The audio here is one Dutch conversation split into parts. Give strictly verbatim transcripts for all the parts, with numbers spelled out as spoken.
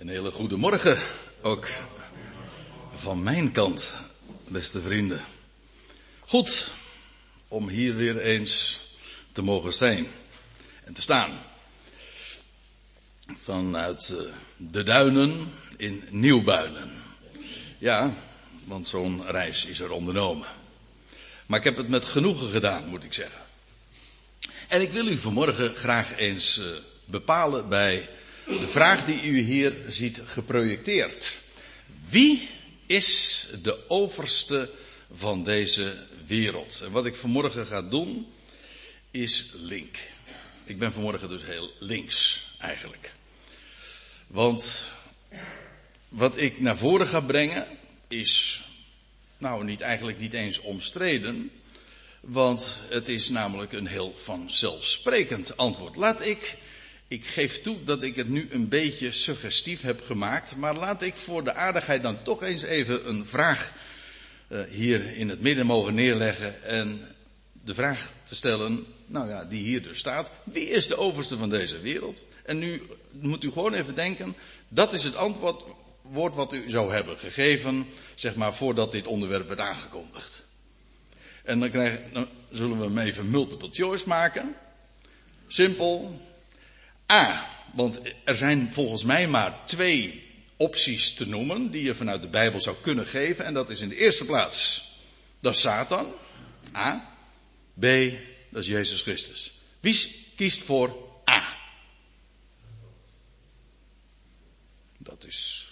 Een hele goede morgen, ook van mijn kant, beste vrienden. Goed om hier weer eens te mogen zijn en te staan. Vanuit de duinen in Nieuwbuinen. Ja, want zo'n reis is er ondernomen. Maar ik heb het met genoegen gedaan, moet ik zeggen. En ik wil u vanmorgen graag eens bepalen bij de vraag die u hier ziet geprojecteerd. Wie is de overste van deze wereld? En wat ik vanmorgen ga doen, is link. Ik ben vanmorgen dus heel links, eigenlijk. Want wat ik naar voren ga brengen, is nou niet, eigenlijk niet eens omstreden. Want het is namelijk een heel vanzelfsprekend antwoord. Laat ik... Ik geef toe dat ik het nu een beetje suggestief heb gemaakt. Maar laat ik voor de aardigheid dan toch eens even een vraag uh, hier in het midden mogen neerleggen. En de vraag te stellen, nou ja, die hier dus staat. Wie is de overste van deze wereld? En nu moet u gewoon even denken. Dat is het antwoord woord wat u zou hebben gegeven, zeg maar, voordat dit onderwerp werd aangekondigd. En dan, krijg, dan zullen we hem even multiple choice maken. Simpel. A, want er zijn volgens mij maar twee opties te noemen die je vanuit de Bijbel zou kunnen geven. En dat is in de eerste plaats, dat is Satan. A. B, dat is Jezus Christus. Wie kiest voor A? Dat is...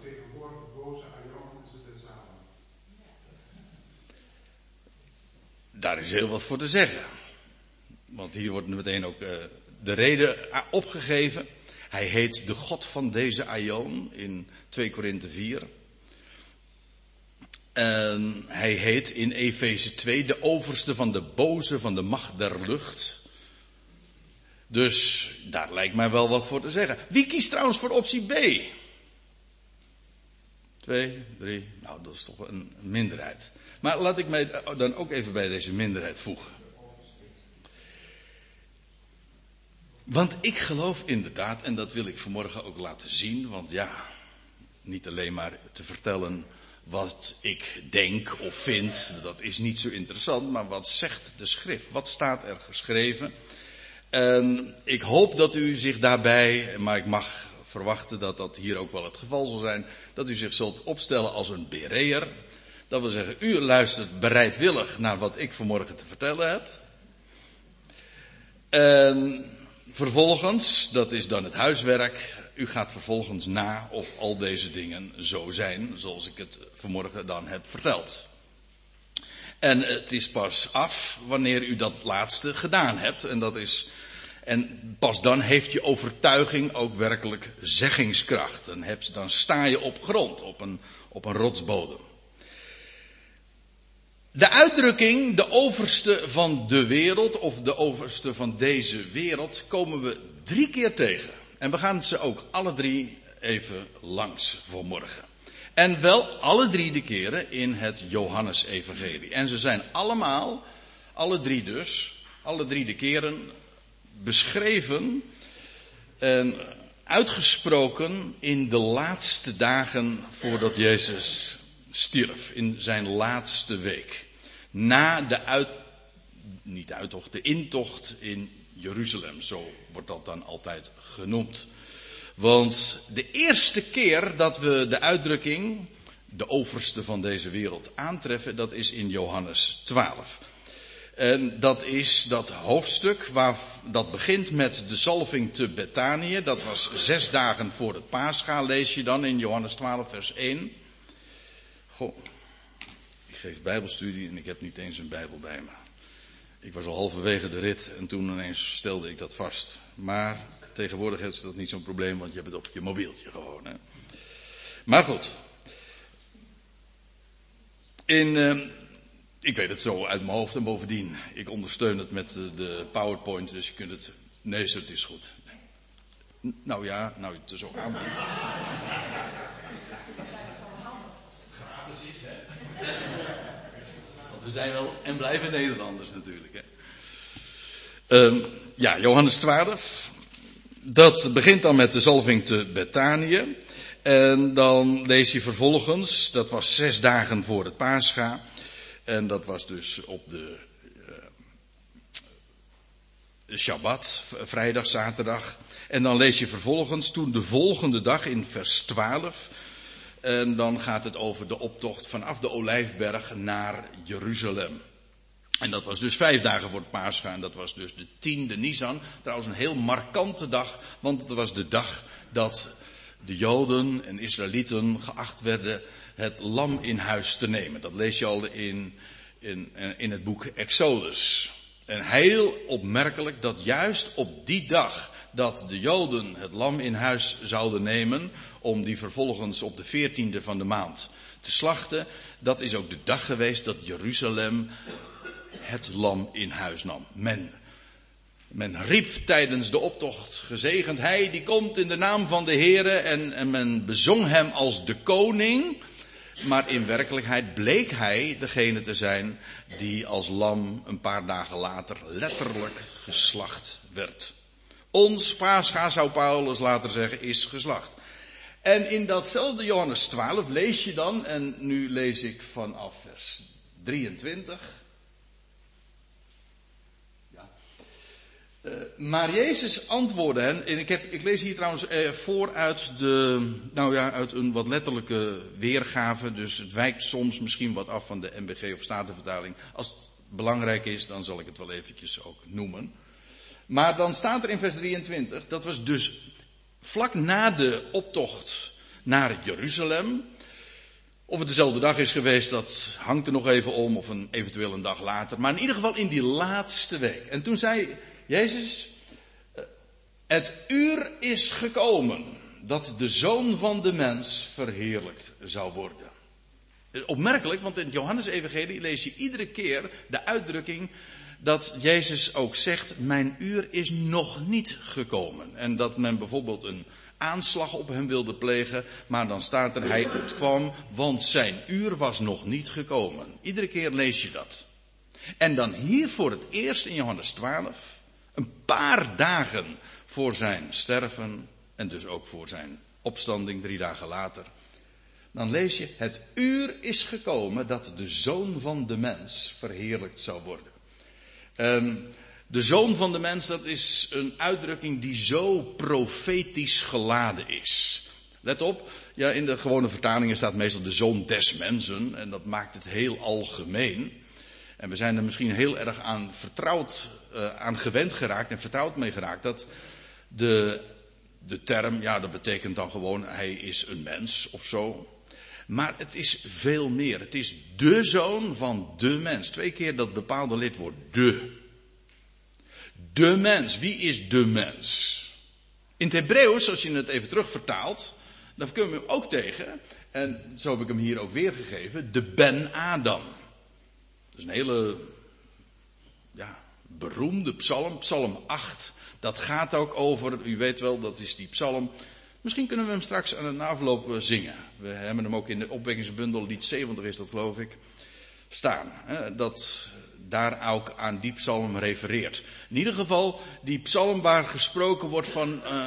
Daar is heel wat voor te zeggen. Want hier wordt meteen ook... Uh, de reden opgegeven. Hij heet de God van deze aion in twee Korinthe vier. En hij heet in Efeze twee de overste van de boze van de macht der lucht. Dus daar lijkt mij wel wat voor te zeggen. Wie kiest trouwens voor optie B? Twee, drie, nou dat is toch een minderheid. Maar laat ik mij dan ook even bij deze minderheid voegen. Want ik geloof inderdaad, en dat wil ik vanmorgen ook laten zien, want ja, niet alleen maar te vertellen wat ik denk of vind, dat is niet zo interessant, maar wat zegt de schrift? Wat staat er geschreven? En ik hoop dat u zich daarbij, maar ik mag verwachten dat dat hier ook wel het geval zal zijn, dat u zich zult opstellen als een bereer. Dat wil zeggen, u luistert bereidwillig naar wat ik vanmorgen te vertellen heb. En... Vervolgens, dat is dan het huiswerk, u gaat vervolgens na of al deze dingen zo zijn zoals ik het vanmorgen dan heb verteld. En het is pas af wanneer u dat laatste gedaan hebt. En dat is, en pas dan heeft je overtuiging ook werkelijk zeggingskracht. En hebt, dan sta je op grond, op een, op een rotsbodem. De uitdrukking, de overste van de wereld, of de overste van deze wereld, komen we drie keer tegen. En we gaan ze ook alle drie even langs vanmorgen. En wel alle drie de keren in het Johannesevangelie. En ze zijn allemaal, alle drie dus, alle drie de keren beschreven en uitgesproken in de laatste dagen voordat Jezus stierf, in zijn laatste week. Na de uit, niet de uittocht, de intocht in Jeruzalem, zo wordt dat dan altijd genoemd. Want de eerste keer dat we de uitdrukking, de overste van deze wereld, aantreffen, dat is in Johannes twaalf. En dat is dat hoofdstuk waar, dat begint met de zalving te Bethanië. Dat was zes dagen voor het Pascha, lees je dan in Johannes twaalf vers één. Goh, ik geef bijbelstudie en ik heb niet eens een bijbel bij me. Ik was al halverwege de rit en toen ineens stelde ik dat vast. Maar tegenwoordig is dat niet zo'n probleem, want je hebt het op je mobieltje gewoon. Hè. Maar goed. In, uh, ik weet het zo uit mijn hoofd en bovendien, ik ondersteun het met de, de PowerPoint, dus je kunt het... Nee, zo, het is goed. Nou ja, nou je het er zo aanbiedt. Want we zijn wel en blijven Nederlanders natuurlijk. Hè. Um, ja, Johannes twaalf. dat begint dan met de zalving te Betanië. En dan lees je vervolgens, dat was zes dagen voor het Pascha. En dat was dus op de uh, Shabbat, vrijdag, zaterdag. En dan lees je vervolgens toen de volgende dag in vers twaalf. En dan gaat het over de optocht vanaf de Olijfberg naar Jeruzalem. En dat was dus vijf dagen voor het Pascha. En dat was dus de tiende Nisan. Trouwens een heel markante dag. Want het was de dag dat de Joden en Israëlieten geacht werden het lam in huis te nemen. Dat lees je al in, in, in het boek Exodus. En heel opmerkelijk dat juist op die dag dat de Joden het lam in huis zouden nemen, om die vervolgens op de veertiende van de maand te slachten, dat is ook de dag geweest dat Jeruzalem het lam in huis nam. Men, men riep tijdens de optocht, gezegend hij die komt in de naam van de Heere, en, en men bezong hem als de koning. Maar in werkelijkheid bleek hij degene te zijn die als lam een paar dagen later letterlijk geslacht werd. Ons Pascha, zou Paulus later zeggen, is geslacht. En in datzelfde Johannes twaalf lees je dan, en nu lees ik vanaf vers drieëntwintig. Ja. Uh, maar Jezus antwoordde hen, en ik, heb, ik lees hier trouwens uh, voor uit de, nou ja, uit een wat letterlijke weergave, dus het wijkt soms misschien wat af van de M B G of Statenvertaling. Als het belangrijk is, dan zal ik het wel eventjes ook noemen. Maar dan staat er in vers drieëntwintig, dat was dus vlak na de optocht naar Jeruzalem. Of het dezelfde dag is geweest, dat hangt er nog even om, of een, eventueel een dag later. Maar in ieder geval in die laatste week. En toen zei Jezus, het uur is gekomen dat de Zoon van de Mens verheerlijkt zou worden. Opmerkelijk, want in het Johannes-evangelie lees je iedere keer de uitdrukking dat Jezus ook zegt, mijn uur is nog niet gekomen. En dat men bijvoorbeeld een aanslag op hem wilde plegen, maar dan staat er, hij ontkwam, want zijn uur was nog niet gekomen. Iedere keer lees je dat. En dan hier voor het eerst in Johannes twaalf, een paar dagen voor zijn sterven, en dus ook voor zijn opstanding drie dagen later, dan lees je, het uur is gekomen dat de Zoon van de Mens verheerlijkt zou worden. Um, de Zoon van de Mens, dat is een uitdrukking die zo profetisch geladen is. Let op, ja, in de gewone vertalingen staat meestal de Zoon des Mensen, en dat maakt het heel algemeen. En we zijn er misschien heel erg aan vertrouwd, uh, aan gewend geraakt en vertrouwd mee geraakt, dat de, de term, ja, dat betekent dan gewoon, hij is een mens of zo. Maar het is veel meer. Het is de Zoon van de mens. Twee keer dat bepaalde lidwoord, de. De mens. Wie is de mens? In het Hebreeuws, als je het even terugvertaalt, dan kun je hem ook tegen, en zo heb ik hem hier ook weergegeven, de Ben Adam. Dat is een hele, ja, beroemde psalm, psalm acht. Dat gaat ook over, u weet wel, dat is die psalm. Misschien kunnen we hem straks aan de afloop zingen. We hebben hem ook in de opwekkingsbundel, lied zeventig is dat geloof ik, staan. Hè, dat daar ook aan die psalm refereert. In ieder geval, die psalm waar gesproken wordt van uh,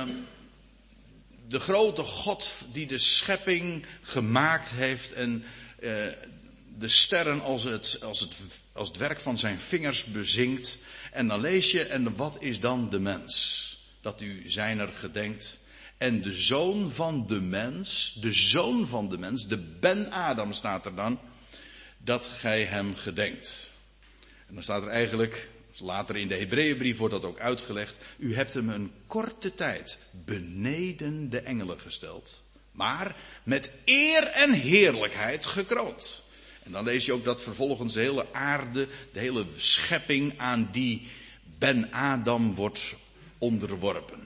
de grote God die de schepping gemaakt heeft en uh, de sterren als het, als, het, als het werk van zijn vingers bezingt. En dan lees je, en wat is dan de mens? Dat u zijner gedenkt. En de Zoon van de Mens, de Zoon van de Mens, de Ben Adam staat er dan, dat gij hem gedenkt. En dan staat er eigenlijk, later in de Hebreeënbrief wordt dat ook uitgelegd, u hebt hem een korte tijd beneden de engelen gesteld, maar met eer en heerlijkheid gekroond. En dan lees je ook dat vervolgens de hele aarde, de hele schepping aan die Ben Adam wordt onderworpen.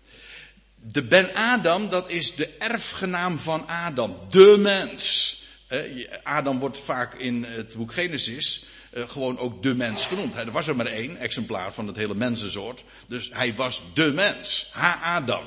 De Ben Adam, dat is de erfgenaam van Adam, de mens. Adam wordt vaak in het boek Genesis gewoon ook de mens genoemd. Er was er maar één exemplaar van het hele mensensoort, dus hij was de mens, Ha-Adam.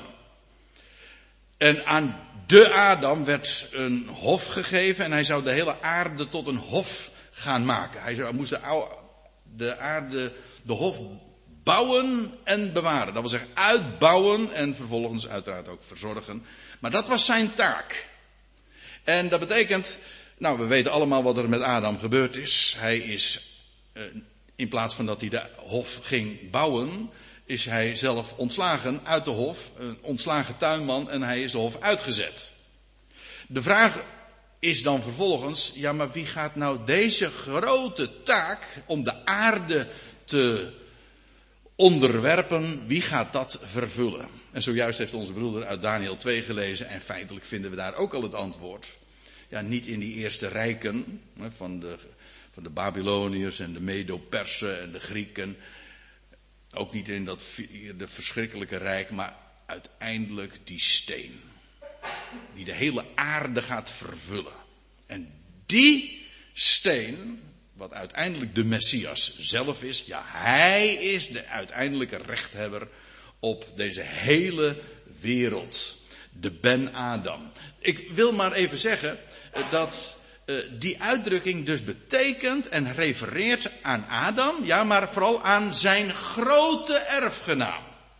En aan de Adam werd een hof gegeven en hij zou de hele aarde tot een hof gaan maken. Hij zou, moest de, oude, de aarde, de hof bouwen en bewaren. Dat wil zeggen uitbouwen en vervolgens uiteraard ook verzorgen. Maar dat was zijn taak. En dat betekent, nou we weten allemaal wat er met Adam gebeurd is. Hij is, in plaats van dat hij de hof ging bouwen, is hij zelf ontslagen uit de hof. Een ontslagen tuinman en hij is de hof uitgezet. De vraag is dan vervolgens, ja maar wie gaat nou deze grote taak om de aarde te onderwerpen, wie gaat dat vervullen? En zojuist heeft onze broeder uit Daniël twee gelezen en feitelijk vinden we daar ook al het antwoord. Ja, niet in die eerste rijken van de, van de Babyloniërs en de Medo-Persen en de Grieken. Ook niet in dat de verschrikkelijke rijk, maar uiteindelijk die steen. Die de hele aarde gaat vervullen. En die steen, wat uiteindelijk de Messias zelf is, ja, hij is de uiteindelijke rechthebber op deze hele wereld. De Ben-Adam. Ik wil maar even zeggen dat uh, die uitdrukking dus betekent en refereert aan Adam, ja, maar vooral aan zijn grote erfgenaam.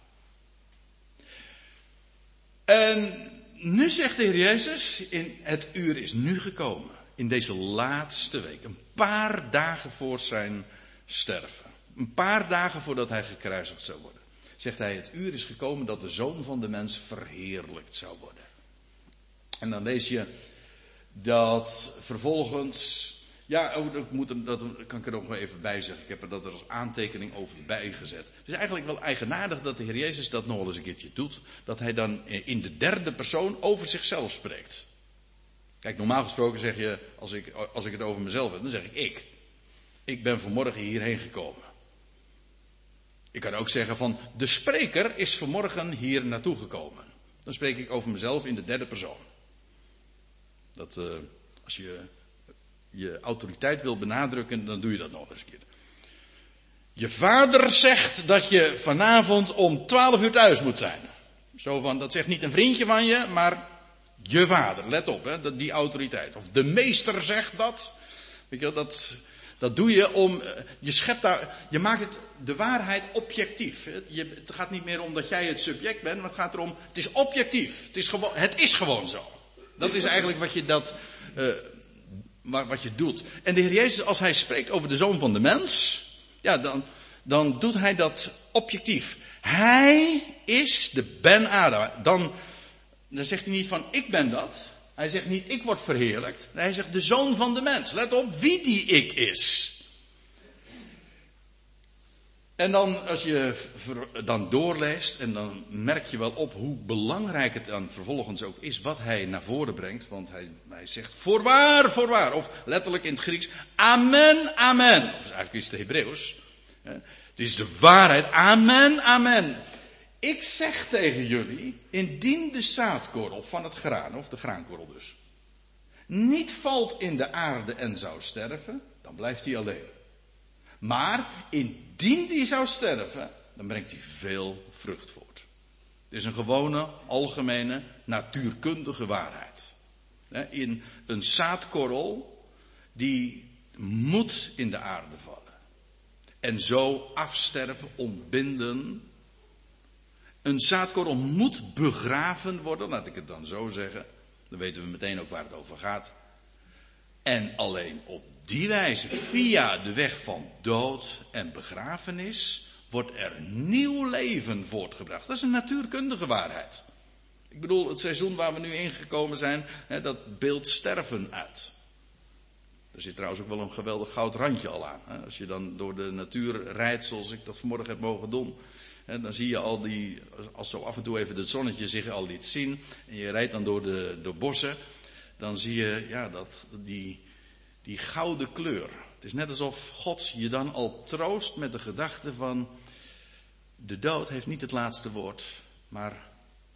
En nu zegt de Heer Jezus, in het uur is nu gekomen. In deze laatste week. Een paar dagen voor zijn sterven. Een paar dagen voordat hij gekruisigd zou worden. Zegt hij, het uur is gekomen dat de Zoon van de Mens verheerlijkt zou worden. En dan lees je dat vervolgens, ja, ik moet er, dat kan ik er nog wel even bij zeggen. Ik heb er dat er als aantekening over bijgezet. Het is eigenlijk wel eigenaardig dat de Heer Jezus dat nog wel eens een keertje doet. Dat hij dan in de derde persoon over zichzelf spreekt. Kijk, normaal gesproken zeg je, als ik, als ik het over mezelf heb, dan zeg ik ik. Ik ben vanmorgen hierheen gekomen. Ik kan ook zeggen van, de spreker is vanmorgen hier naartoe gekomen. Dan spreek ik over mezelf in de derde persoon. Dat, uh, als je je autoriteit wil benadrukken, dan doe je dat nog eens een keer. Je vader zegt dat je vanavond om twaalf uur thuis moet zijn. Zo van, dat zegt niet een vriendje van je, maar je vader. Let op, hè, die autoriteit. Of de meester zegt dat. Weet je, dat, dat doe je om, je schept daar, je maakt het, de waarheid objectief. Je, het gaat niet meer om dat jij het subject bent, maar het gaat erom, het is objectief. Het is gewoon, het is gewoon zo. Dat is eigenlijk wat je dat, uh, wat je doet. En de Heer Jezus, als hij spreekt over de Zoon van de Mens, ja, dan, dan doet hij dat objectief. Hij is de Ben-Adam. Dan, dan zegt hij niet van, ik ben dat. Hij zegt niet, ik word verheerlijkt. Hij zegt, de Zoon van de Mens. Let op wie die ik is. En dan, als je dan doorleest, en dan merk je wel op hoe belangrijk het dan vervolgens ook is wat hij naar voren brengt. Want hij, hij zegt, voorwaar, voorwaar. Of letterlijk in het Grieks, amen, amen. Of eigenlijk is het Hebreeuws. Het is de waarheid, amen, amen. Ik zeg tegen jullie, indien de zaadkorrel van het graan, of de graankorrel dus, niet valt in de aarde en zou sterven, dan blijft hij alleen. Maar indien die zou sterven, dan brengt hij veel vrucht voort. Het is een gewone, algemene, natuurkundige waarheid. In een zaadkorrel, die moet in de aarde vallen. En zo afsterven, ontbinden. Een zaadkorrel moet begraven worden, laat ik het dan zo zeggen. Dan weten we meteen ook waar het over gaat. En alleen op die wijze, via de weg van dood en begrafenis, wordt er nieuw leven voortgebracht. Dat is een natuurkundige waarheid. Ik bedoel, het seizoen waar we nu ingekomen zijn, hè, dat beeldt sterven uit. Er zit trouwens ook wel een geweldig goud randje al aan. Hè. Als je dan door de natuur rijdt, zoals ik dat vanmorgen heb mogen doen, hè, dan zie je al die, als zo af en toe even het zonnetje zich al liet zien, en je rijdt dan door de door bossen, dan zie je, ja, dat, die, die gouden kleur. Het is net alsof God je dan al troost met de gedachte van, de dood heeft niet het laatste woord, maar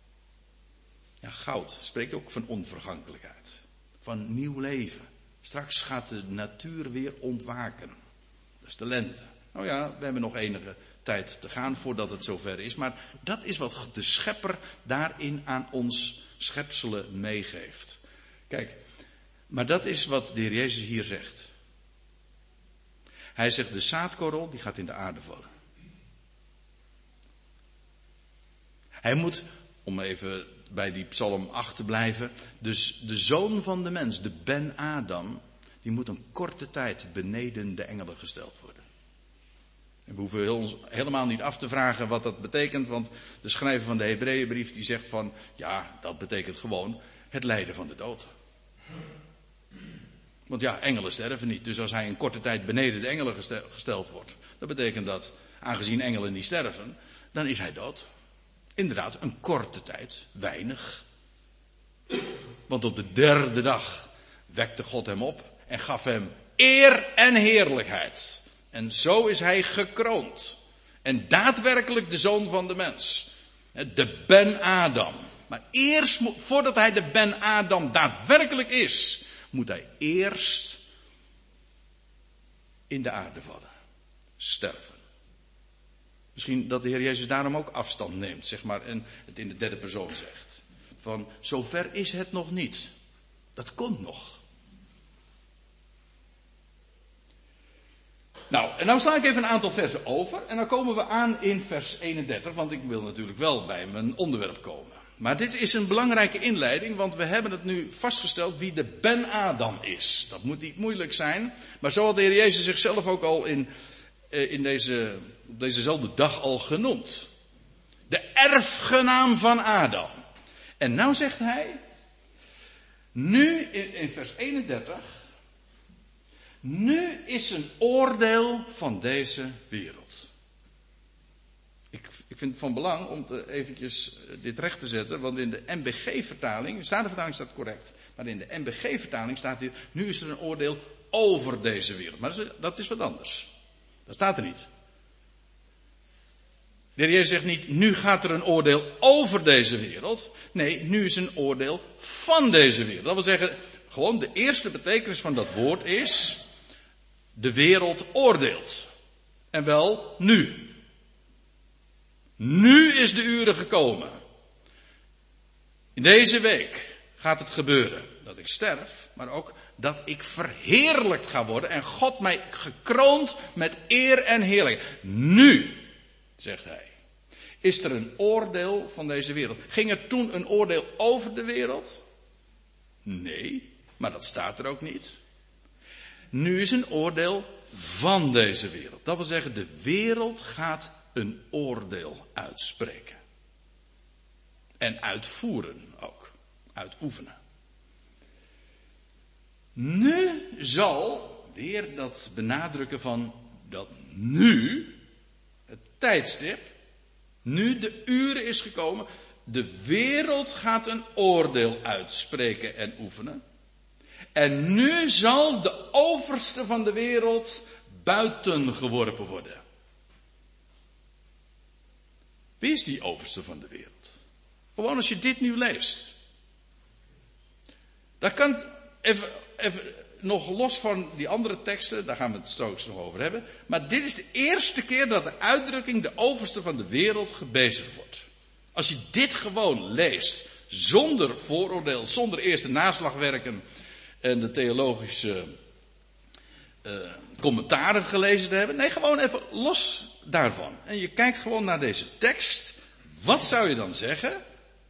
ja, goud spreekt ook van onvergankelijkheid, van nieuw leven. Straks gaat de natuur weer ontwaken. Dat is de lente. Nou ja, we hebben nog enige tijd te gaan voordat het zover is, maar dat is wat de schepper daarin aan ons schepselen meegeeft. Kijk, maar dat is wat de Heer Jezus hier zegt. Hij zegt, de zaadkorrel die gaat in de aarde vallen. Hij moet, om even bij die psalm acht te blijven, dus de zoon van de mens, de Ben Adam, die moet een korte tijd beneden de engelen gesteld worden. En we hoeven ons helemaal niet af te vragen wat dat betekent, want de schrijver van de Hebreeënbrief die zegt van, ja, dat betekent gewoon het lijden van de dood. Want ja, engelen sterven niet, dus als hij een korte tijd beneden de engelen gesteld wordt, dat betekent dat, aangezien engelen niet sterven, dan is hij dood. Inderdaad, een korte tijd, weinig. Want op de derde dag wekte God hem op en gaf hem eer en heerlijkheid. En zo is hij gekroond. En daadwerkelijk de zoon van de mens. De Ben Adam. Maar eerst, voordat hij de Ben Adam daadwerkelijk is, moet hij eerst in de aarde vallen. Sterven. Misschien dat de Heer Jezus daarom ook afstand neemt, zeg maar, en het in de derde persoon zegt. Van, zover is het nog niet. Dat komt nog. Nou, en nou sla ik even een aantal versen over. En dan komen we aan in vers eenendertig. Want ik wil natuurlijk wel bij mijn onderwerp komen. Maar dit is een belangrijke inleiding. Want we hebben het nu vastgesteld wie de Ben Adam is. Dat moet niet moeilijk zijn. Maar zo had de Heer Jezus zichzelf ook al in, in deze, op dezezelfde dag al genoemd. De erfgenaam van Adam. En nou zegt hij. Nu in, in vers eenendertig. Nu is een oordeel van deze wereld. Ik, ik vind het van belang om te eventjes dit recht te zetten. Want in de M B G-vertaling, de Statenvertaling staat correct. Maar in de M B G-vertaling staat hier, nu is er een oordeel over deze wereld. Maar dat is, dat is wat anders. Dat staat er niet. De Heer Jezus zegt niet, nu gaat er een oordeel over deze wereld. Nee, nu is een oordeel van deze wereld. Dat wil zeggen, gewoon de eerste betekenis van dat woord is, de wereld oordeelt. En wel nu. Nu is de uren gekomen. In deze week gaat het gebeuren dat ik sterf, maar ook dat ik verheerlijkt ga worden en God mij gekroond met eer en heerlijkheid. Nu, zegt hij, is er een oordeel van deze wereld. Ging er toen een oordeel over de wereld? Nee, maar dat staat er ook niet. Nu is een oordeel van deze wereld. Dat wil zeggen, de wereld gaat een oordeel uitspreken. En uitvoeren ook. Uitoefenen. Nu zal, weer dat benadrukken van dat nu, het tijdstip, nu de uren is gekomen, de wereld gaat een oordeel uitspreken en oefenen. En nu zal de overste van de wereld buiten geworpen worden. Wie is die overste van de wereld? Gewoon als je dit nu leest. Dat kan even, even nog los van die andere teksten, daar gaan we het straks nog over hebben. Maar dit is de eerste keer dat de uitdrukking de overste van de wereld gebezigd wordt. Als je dit gewoon leest, zonder vooroordeel, zonder eerste naslagwerken en de theologische uh, commentaren gelezen te hebben. Nee, gewoon even los daarvan. En je kijkt gewoon naar deze tekst. Wat zou je dan zeggen?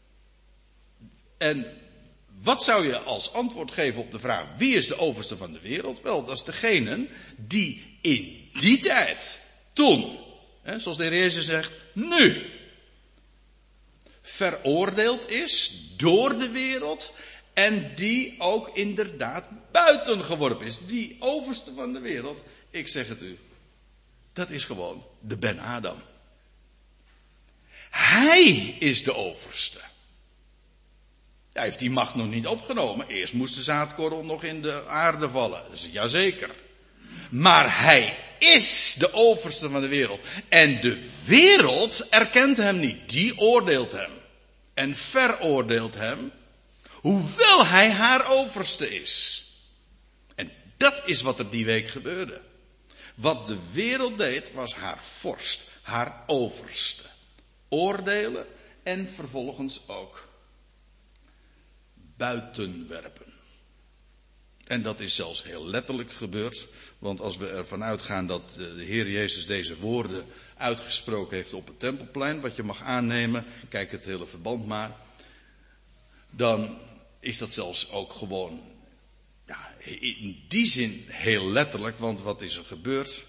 En wat zou je als antwoord geven op de vraag, wie is de overste van de wereld? Wel, dat is degene die in die tijd, toen, hè, zoals de Heer Jezus zegt, nu, veroordeeld is door de wereld en die ook inderdaad buiten geworpen is. Die overste van de wereld, ik zeg het u, dat is gewoon de Ben Adam. Hij is de overste. Hij heeft die macht nog niet opgenomen. Eerst moest de zaadkorrel nog in de aarde vallen. Dus, jazeker. Maar hij is de overste van de wereld. En de wereld erkent hem niet. Die oordeelt hem. En veroordeelt hem. Hoewel hij haar overste is. En dat is wat er die week gebeurde. Wat de wereld deed was haar vorst. Haar overste. Oordelen en vervolgens ook buitenwerpen. En dat is zelfs heel letterlijk gebeurd. Want als we ervan uitgaan dat de Heer Jezus deze woorden uitgesproken heeft op het Tempelplein, wat je mag aannemen, kijk het hele verband maar, dan is dat zelfs ook gewoon, ja, in die zin heel letterlijk, want wat is er gebeurd?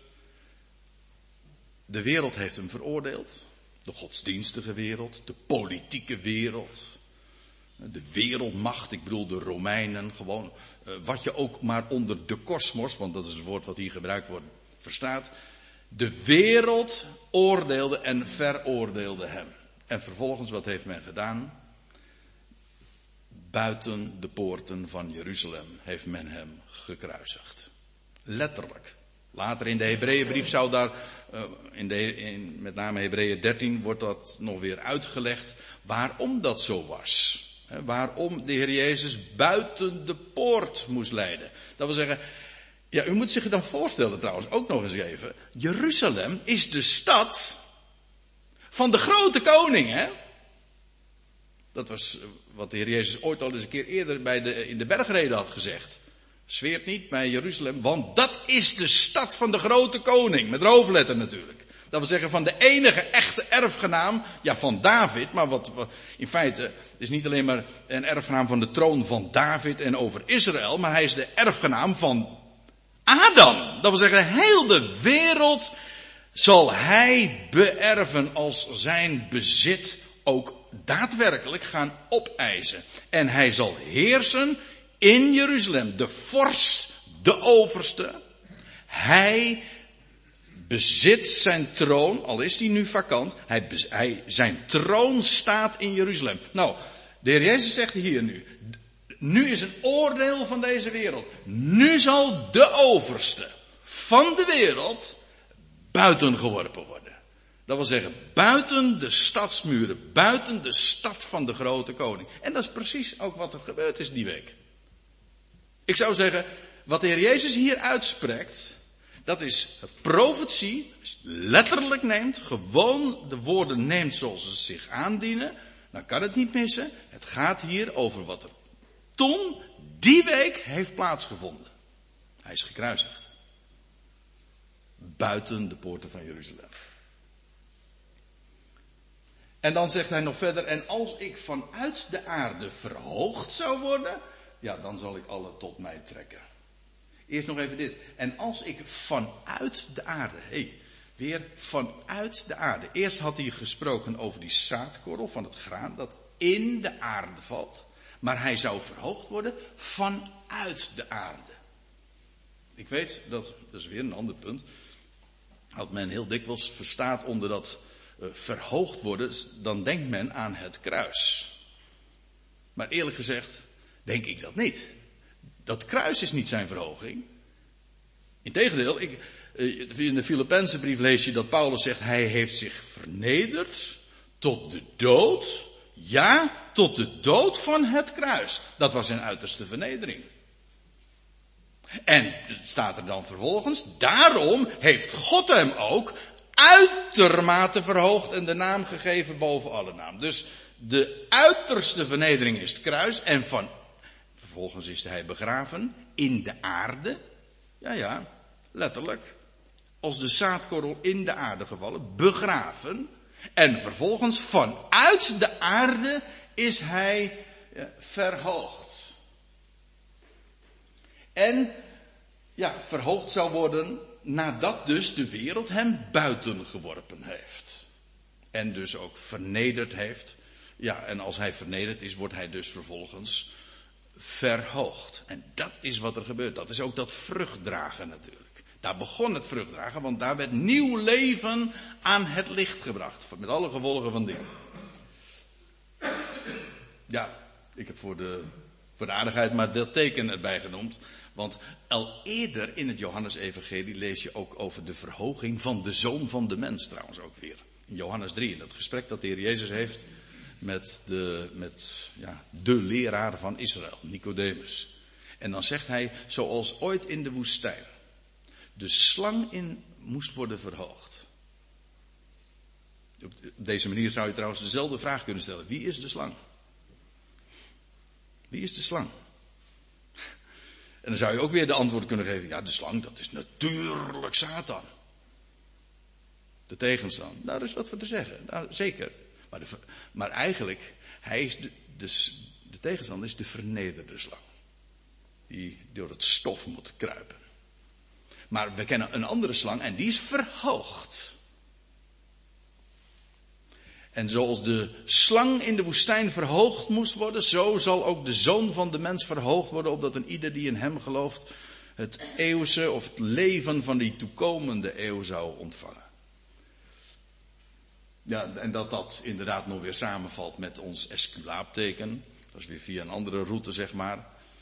De wereld heeft hem veroordeeld. De godsdienstige wereld, de politieke wereld, de wereldmacht, ik bedoel de Romeinen, gewoon wat je ook maar onder de kosmos, want dat is het woord wat hier gebruikt wordt, verstaat. De wereld oordeelde en veroordeelde hem. En vervolgens, wat heeft men gedaan? Buiten de poorten van Jeruzalem heeft men hem gekruisigd. Letterlijk. Later in de Hebreeënbrief zou daar, uh, in de, in, met name Hebreeën dertien, wordt dat nog weer uitgelegd waarom dat zo was. He, waarom de Heer Jezus buiten de poort moest leiden. Dat wil zeggen, ja, u moet zich dan voorstellen trouwens, ook nog eens even. Jeruzalem is de stad van de grote koning, hè? Dat was wat de Heer Jezus ooit al eens een keer eerder bij de, in de bergreden had gezegd. Zweert niet bij Jeruzalem, want dat is de stad van de grote koning. Met hoofdletter natuurlijk. Dat wil zeggen van de enige echte erfgenaam, ja van David, maar wat, wat in feite is niet alleen maar een erfgenaam van de troon van David en over Israël, maar hij is de erfgenaam van Adam. Dat wil zeggen, heel de wereld zal hij beërven als zijn bezit ook daadwerkelijk gaan opeisen. En hij zal heersen in Jeruzalem, de vorst, de overste. Hij bezit zijn troon, al is hij nu vakant. Hij, hij, zijn troon staat in Jeruzalem. Nou, de Heer Jezus zegt hier nu, nu is een oordeel van deze wereld. Nu zal de overste van de wereld buiten geworpen worden. Dat wil zeggen, buiten de stadsmuren, buiten de stad van de grote koning. En dat is precies ook wat er gebeurd is die week. Ik zou zeggen, wat de Heer Jezus hier uitspreekt, dat is profetie, als je het letterlijk neemt, gewoon de woorden neemt zoals ze zich aandienen, dan kan het niet missen. Het gaat hier over wat er toen, die week, heeft plaatsgevonden. Hij is gekruisigd. Buiten de poorten van Jeruzalem. En dan zegt hij nog verder, en als ik vanuit de aarde verhoogd zou worden, ja, dan zal ik alle tot mij trekken. Eerst nog even dit. En als ik vanuit de aarde, hé, hey, weer vanuit de aarde. Eerst had hij gesproken over die zaadkorrel van het graan dat in de aarde valt. Maar hij zou verhoogd worden vanuit de aarde. Ik weet, dat, dat is weer een ander punt. Wat men heel dikwijls verstaat onder dat uh, verhoogd worden, dan denkt men aan het kruis. Maar eerlijk gezegd, denk ik dat niet. Dat kruis is niet zijn verhoging. Integendeel, ik, in de Filippense brief lees je dat Paulus zegt, hij heeft zich vernederd tot de dood. Ja, tot de dood van het kruis. Dat was zijn uiterste vernedering. En het staat er dan vervolgens, daarom heeft God hem ook uitermate verhoogd en de naam gegeven boven alle naam. Dus de uiterste vernedering is het kruis en van vervolgens is hij begraven in de aarde. Ja, ja, letterlijk. Als de zaadkorrel in de aarde gevallen, begraven. En vervolgens vanuit de aarde is hij ja, verhoogd. En ja, verhoogd zou worden nadat dus de wereld hem buiten geworpen heeft. En dus ook vernederd heeft. Ja, en als hij vernederd is, wordt hij dus vervolgens verhoogd. En dat is wat er gebeurt. Dat is ook dat vruchtdragen natuurlijk. Daar begon het vruchtdragen, want daar werd nieuw leven aan het licht gebracht. Met alle gevolgen van dien. Ja, ik heb voor de, voor de aardigheid maar dat teken erbij genoemd. Want al eerder in het Johannesevangelie lees je ook over de verhoging van de Zoon van de Mens trouwens ook weer. In Johannes drie, in dat gesprek dat de Heer Jezus heeft met de, met, ja, de leraar van Israël, Nicodemus. En dan zegt hij, zoals ooit in de woestijn de slang in moest worden verhoogd. Op deze manier zou je trouwens dezelfde vraag kunnen stellen. Wie is de slang? Wie is de slang? dan zou je ook weer de antwoord kunnen geven. Ja, de slang, dat is natuurlijk Satan. De tegenstander. Daar is wat voor te zeggen. Nou, zeker. Maar, de, maar eigenlijk, hij is de, de, de tegenstander is de vernederde slang. Die door het stof moet kruipen. Maar we kennen een andere slang en die is verhoogd. En zoals de slang in de woestijn verhoogd moest worden, zo zal ook de Zoon van de mens verhoogd worden, opdat een ieder die in hem gelooft het eeuwse of het leven van die toekomende eeuw zou ontvangen. Ja, en dat dat inderdaad nog weer samenvalt met ons esculaapteken. Dat is weer via een andere route, zeg maar.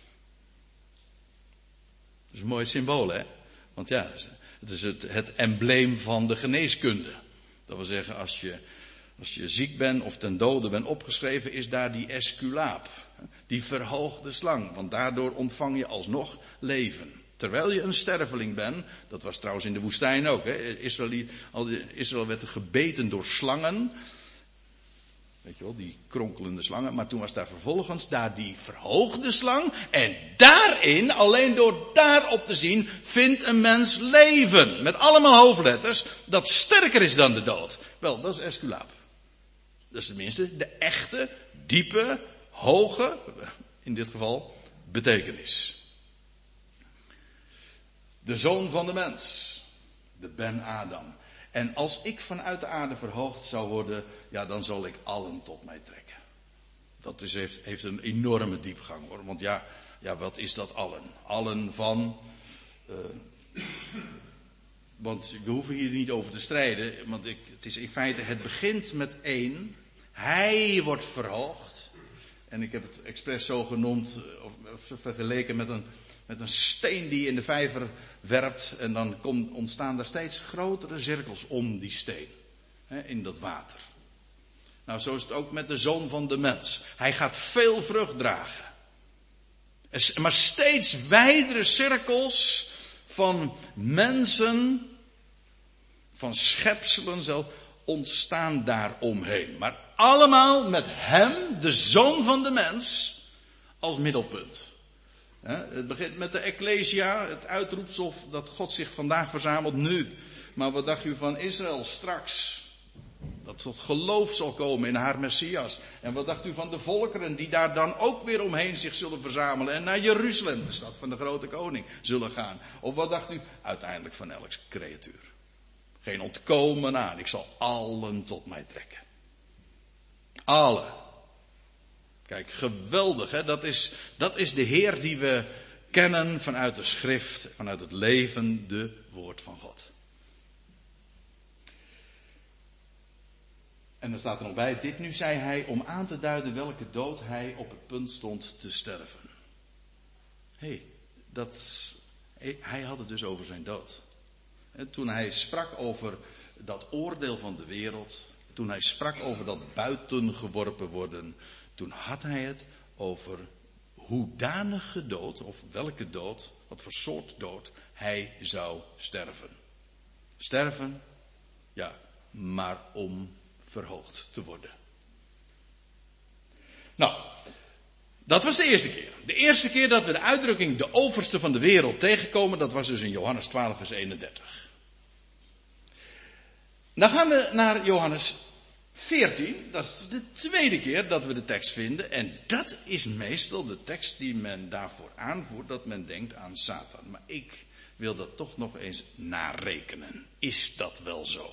Dat is een mooi symbool, hè? Want ja, het is het, het embleem van de geneeskunde. Dat wil zeggen, als je, als je ziek bent of ten dode bent opgeschreven, is daar die esculaap. Die verhoogde slang. Want daardoor ontvang je alsnog leven. Terwijl je een sterveling bent. Dat was trouwens in de woestijn ook. Hè. Israël, Israël werd gebeten door slangen. Weet je wel, die kronkelende slangen. Maar toen was daar vervolgens daar die verhoogde slang. En daarin, alleen door daarop te zien, vindt een mens leven. Met allemaal hoofdletters. Dat sterker is dan de dood. Wel, dat is esculaap. Dat is tenminste de echte, diepe, hoge, in dit geval, betekenis. De zoon van de mens. De Ben Adam. En als ik vanuit de aarde verhoogd zou worden, ja, dan zal ik allen tot mij trekken. Dat is, heeft, heeft een enorme diepgang, hoor. Want ja, ja, wat is dat allen? Allen van... Uh, want we hoeven hier niet over te strijden. Want ik, het is in feite, het begint met één. Hij wordt verhoogd. En ik heb het expres zo genoemd, of, of vergeleken met een... Met een steen die je in de vijver werpt. En dan kom, ontstaan daar steeds grotere cirkels om die steen. Hè, in dat water. Nou, zo is het ook met de zoon van de mens. Hij gaat veel vrucht dragen. Maar steeds wijdere cirkels van mensen, van schepselen zelf, ontstaan daar omheen. Maar allemaal met hem, de zoon van de mens, als middelpunt. Het begint met de Ecclesia, het uitroepsel dat God zich vandaag verzamelt nu. Maar wat dacht u van Israël straks? Dat tot geloof zal komen in haar Messias. En wat dacht u van de volkeren die daar dan ook weer omheen zich zullen verzamelen en naar Jeruzalem, de stad van de grote koning, zullen gaan? Of wat dacht u uiteindelijk van elk creatuur? Geen ontkomen aan, ik zal allen tot mij trekken. Allen. Kijk, geweldig, hè? Dat is, dat is de Heer die we kennen vanuit de schrift, vanuit het levende woord van God. En dan staat er nog bij, dit nu zei hij om aan te duiden welke dood hij op het punt stond te sterven. Hé, hey, dat, hij had het dus over zijn dood. En toen hij sprak over dat oordeel van de wereld, toen hij sprak over dat buitengeworpen worden, toen had hij het over hoedanige dood, of welke dood, wat voor soort dood hij zou sterven. Sterven, ja, maar om verhoogd te worden. Nou, dat was de eerste keer. De eerste keer dat we de uitdrukking de overste van de wereld tegenkomen, dat was dus in Johannes twaalf vers eenendertig. Dan gaan we naar Johannes veertien, dat is de tweede keer dat we de tekst vinden. En dat is meestal de tekst die men daarvoor aanvoert, dat men denkt aan Satan. Maar ik wil dat toch nog eens narekenen. Is dat wel zo?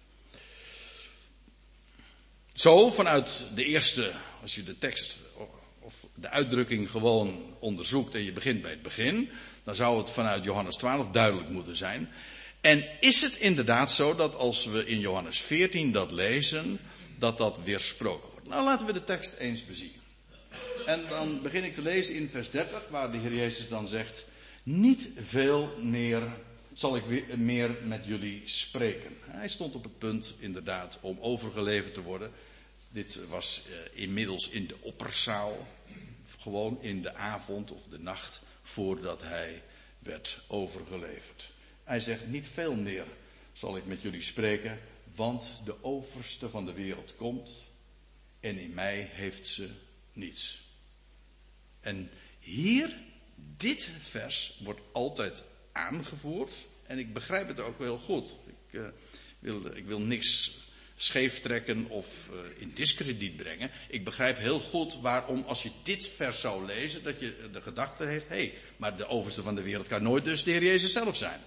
Zo, vanuit de eerste, als je de tekst of de uitdrukking gewoon onderzoekt en je begint bij het begin, dan zou het vanuit Johannes twaalf duidelijk moeten zijn. En is het inderdaad zo dat als we in Johannes veertien dat lezen, dat dat weersproken wordt? Nou, laten we de tekst eens bezien. En dan begin ik te lezen in vers dertig, waar de Heer Jezus dan zegt, niet veel meer zal ik weer, meer met jullie spreken. Hij stond op het punt inderdaad om overgeleverd te worden. Dit was uh, inmiddels in de opperzaal, gewoon in de avond of de nacht voordat hij werd overgeleverd. Hij zegt, niet veel meer zal ik met jullie spreken, want de overste van de wereld komt en in mij heeft ze niets. En hier dit vers wordt altijd aangevoerd. En ik begrijp het ook heel goed. Ik, uh, wil, ik wil niks scheef trekken of uh, in diskrediet brengen. Ik begrijp heel goed waarom, als je dit vers zou lezen, dat je de gedachte heeft, hé, hey, maar de overste van de wereld kan nooit dus de Heer Jezus zelf zijn.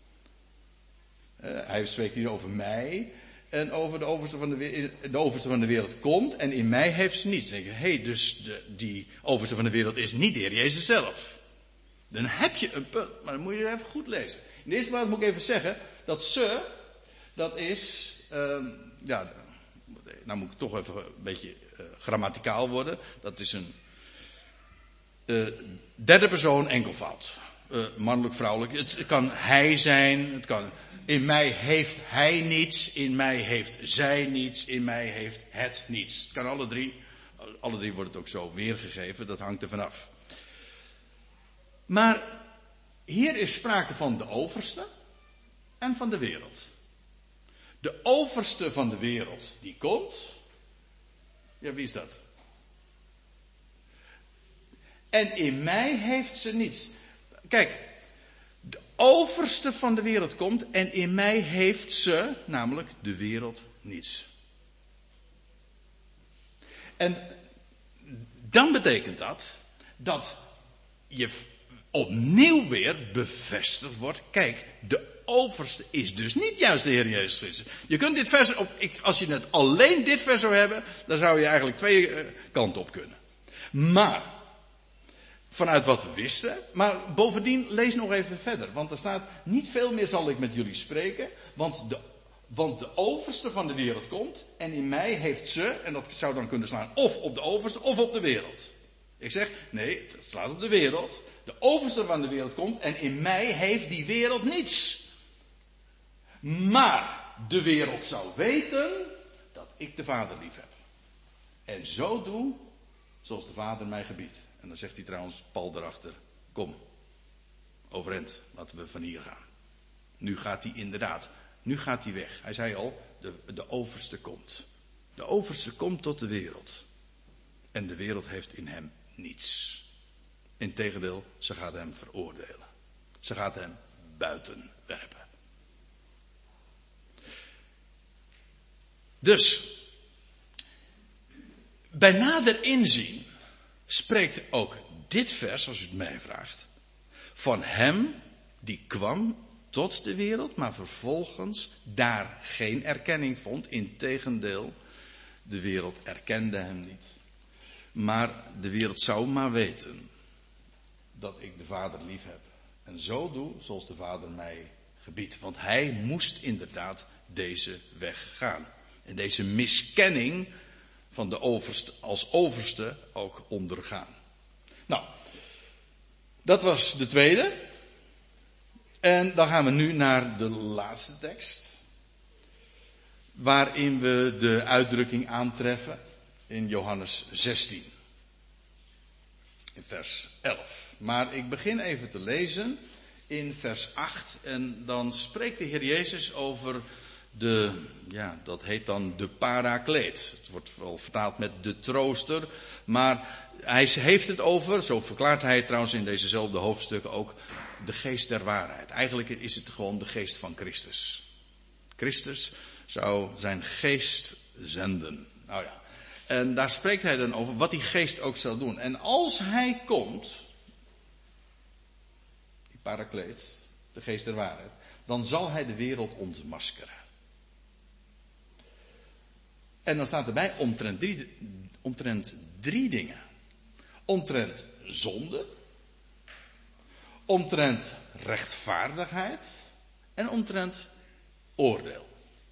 Uh, hij spreekt hier over mij en over de overste van de wereld. De overste van de wereld komt en in mij heeft ze niets. Dan denk je, hé, hey, dus de, die overste van de wereld is niet de Heer Jezus zelf. Dan heb je een punt, maar dan moet je even goed lezen. In de eerste plaats moet ik even zeggen, dat ze, dat is, uh, ja, nou moet ik toch even een beetje uh, grammaticaal worden. Dat is een uh, derde persoon enkelvoud. Uh, mannelijk, vrouwelijk. Het kan hij zijn, het kan, in mij heeft hij niets, in mij heeft zij niets, in mij heeft het niets. Het kan alle drie, alle drie wordt het ook zo weergegeven, dat hangt er vanaf. Maar hier is sprake van de overste en van de wereld. De overste van de wereld die komt. Ja, wie is dat? En in mij heeft ze niets. Kijk, de overste van de wereld komt en in mij heeft ze, namelijk de wereld, niets. En dan betekent dat dat je opnieuw weer bevestigd wordt. Kijk, de overste is dus niet juist de Heer Jezus Christus. Je kunt dit vers, op, ik, als je het alleen dit vers zou hebben, dan zou je eigenlijk twee uh, kanten op kunnen. Maar, vanuit wat we wisten, maar bovendien lees nog even verder. Want er staat, niet veel meer zal ik met jullie spreken, want de, want de overste van de wereld komt en in mij heeft ze, en dat zou dan kunnen slaan of op de overste of op de wereld. Ik zeg, nee, het slaat op de wereld. De overste van de wereld komt en in mij heeft die wereld niets. Maar de wereld zou weten dat ik de Vader lief heb. En zo doe zoals de Vader mij gebiedt. En dan zegt hij trouwens, Paul erachter, kom, overeind, laten we van hier gaan. Nu gaat hij inderdaad, nu gaat hij weg. Hij zei al, de, de overste komt. De overste komt tot de wereld. En de wereld heeft in hem niets. Integendeel, ze gaat hem veroordelen. Ze gaat hem buiten werpen. Dus, bij nader inzien spreekt ook dit vers, als u het mij vraagt, van hem die kwam tot de wereld, maar vervolgens daar geen erkenning vond. Integendeel, de wereld erkende hem niet. Maar de wereld zou maar weten dat ik de Vader lief heb. En zo doe zoals de Vader mij gebiedt. Want hij moest inderdaad deze weg gaan. En deze miskenning van de overste, als overste ook ondergaan. Nou, dat was de tweede. En dan gaan we nu naar de laatste tekst. Waarin we de uitdrukking aantreffen in Johannes zestien. In vers elf. Maar ik begin even te lezen in vers acht. En dan spreekt de Heer Jezus over de, ja, dat heet dan de parakleet. Het wordt wel vertaald met de trooster. Maar hij heeft het over, zo verklaart hij het trouwens in dezezelfde hoofdstukken ook, de geest der waarheid. Eigenlijk is het gewoon de geest van Christus. Christus zou zijn geest zenden. Nou ja. En daar spreekt hij dan over wat die geest ook zal doen. En als hij komt, die parakleet, de geest der waarheid, dan zal hij de wereld ontmaskeren. En dan staat erbij omtrent drie, omtrent drie dingen. Omtrent zonde, omtrent rechtvaardigheid en omtrent oordeel.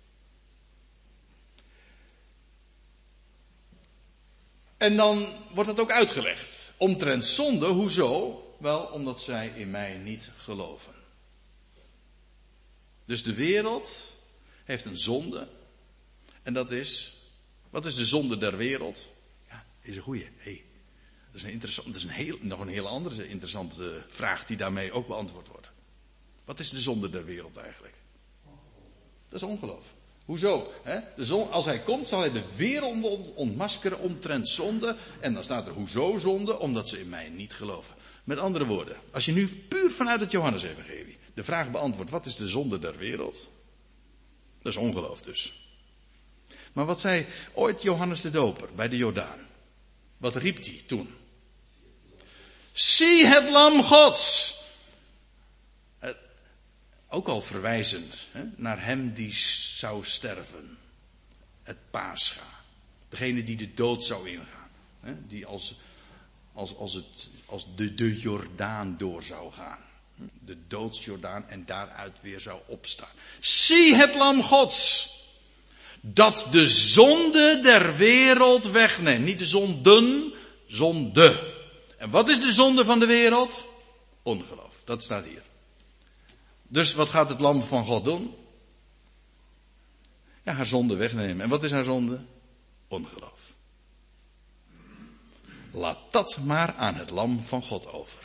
En dan wordt het ook uitgelegd. Omtrent zonde, hoezo? Wel, omdat zij in mij niet geloven. Dus de wereld heeft een zonde. En dat is, wat is de zonde der wereld? Ja, is een goeie. Hey, dat is een interessant, dat is een heel, nog een hele andere interessante vraag die daarmee ook beantwoord wordt. Wat is de zonde der wereld eigenlijk? Dat is ongeloof. Hoezo? Hè? De zon, als hij komt, zal hij de wereld ontmaskeren omtrent zonde. En dan staat er, hoezo zonde? Omdat ze in mij niet geloven. Met andere woorden, als je nu puur vanuit het Johannesevangelie de vraag beantwoordt, wat is de zonde der wereld? Dat is ongeloof dus. Maar wat zei ooit Johannes de Doper bij de Jordaan? Wat riep hij toen? Zie het lam Gods! Het, ook al verwijzend hè, naar hem die zou sterven. Het Pascha. Degene die de dood zou ingaan. Hè, die als, als, als, het, als de, de Jordaan door zou gaan. De doodsjordaan en daaruit weer zou opstaan. Zie het lam Gods! Dat de zonde der wereld wegneemt. Niet de zonden, zonde. En wat is de zonde van de wereld? Ongeloof. Dat staat hier. Dus wat gaat het lam van God doen? Ja, haar zonde wegnemen. En wat is haar zonde? Ongeloof. Laat dat maar aan het lam van God over.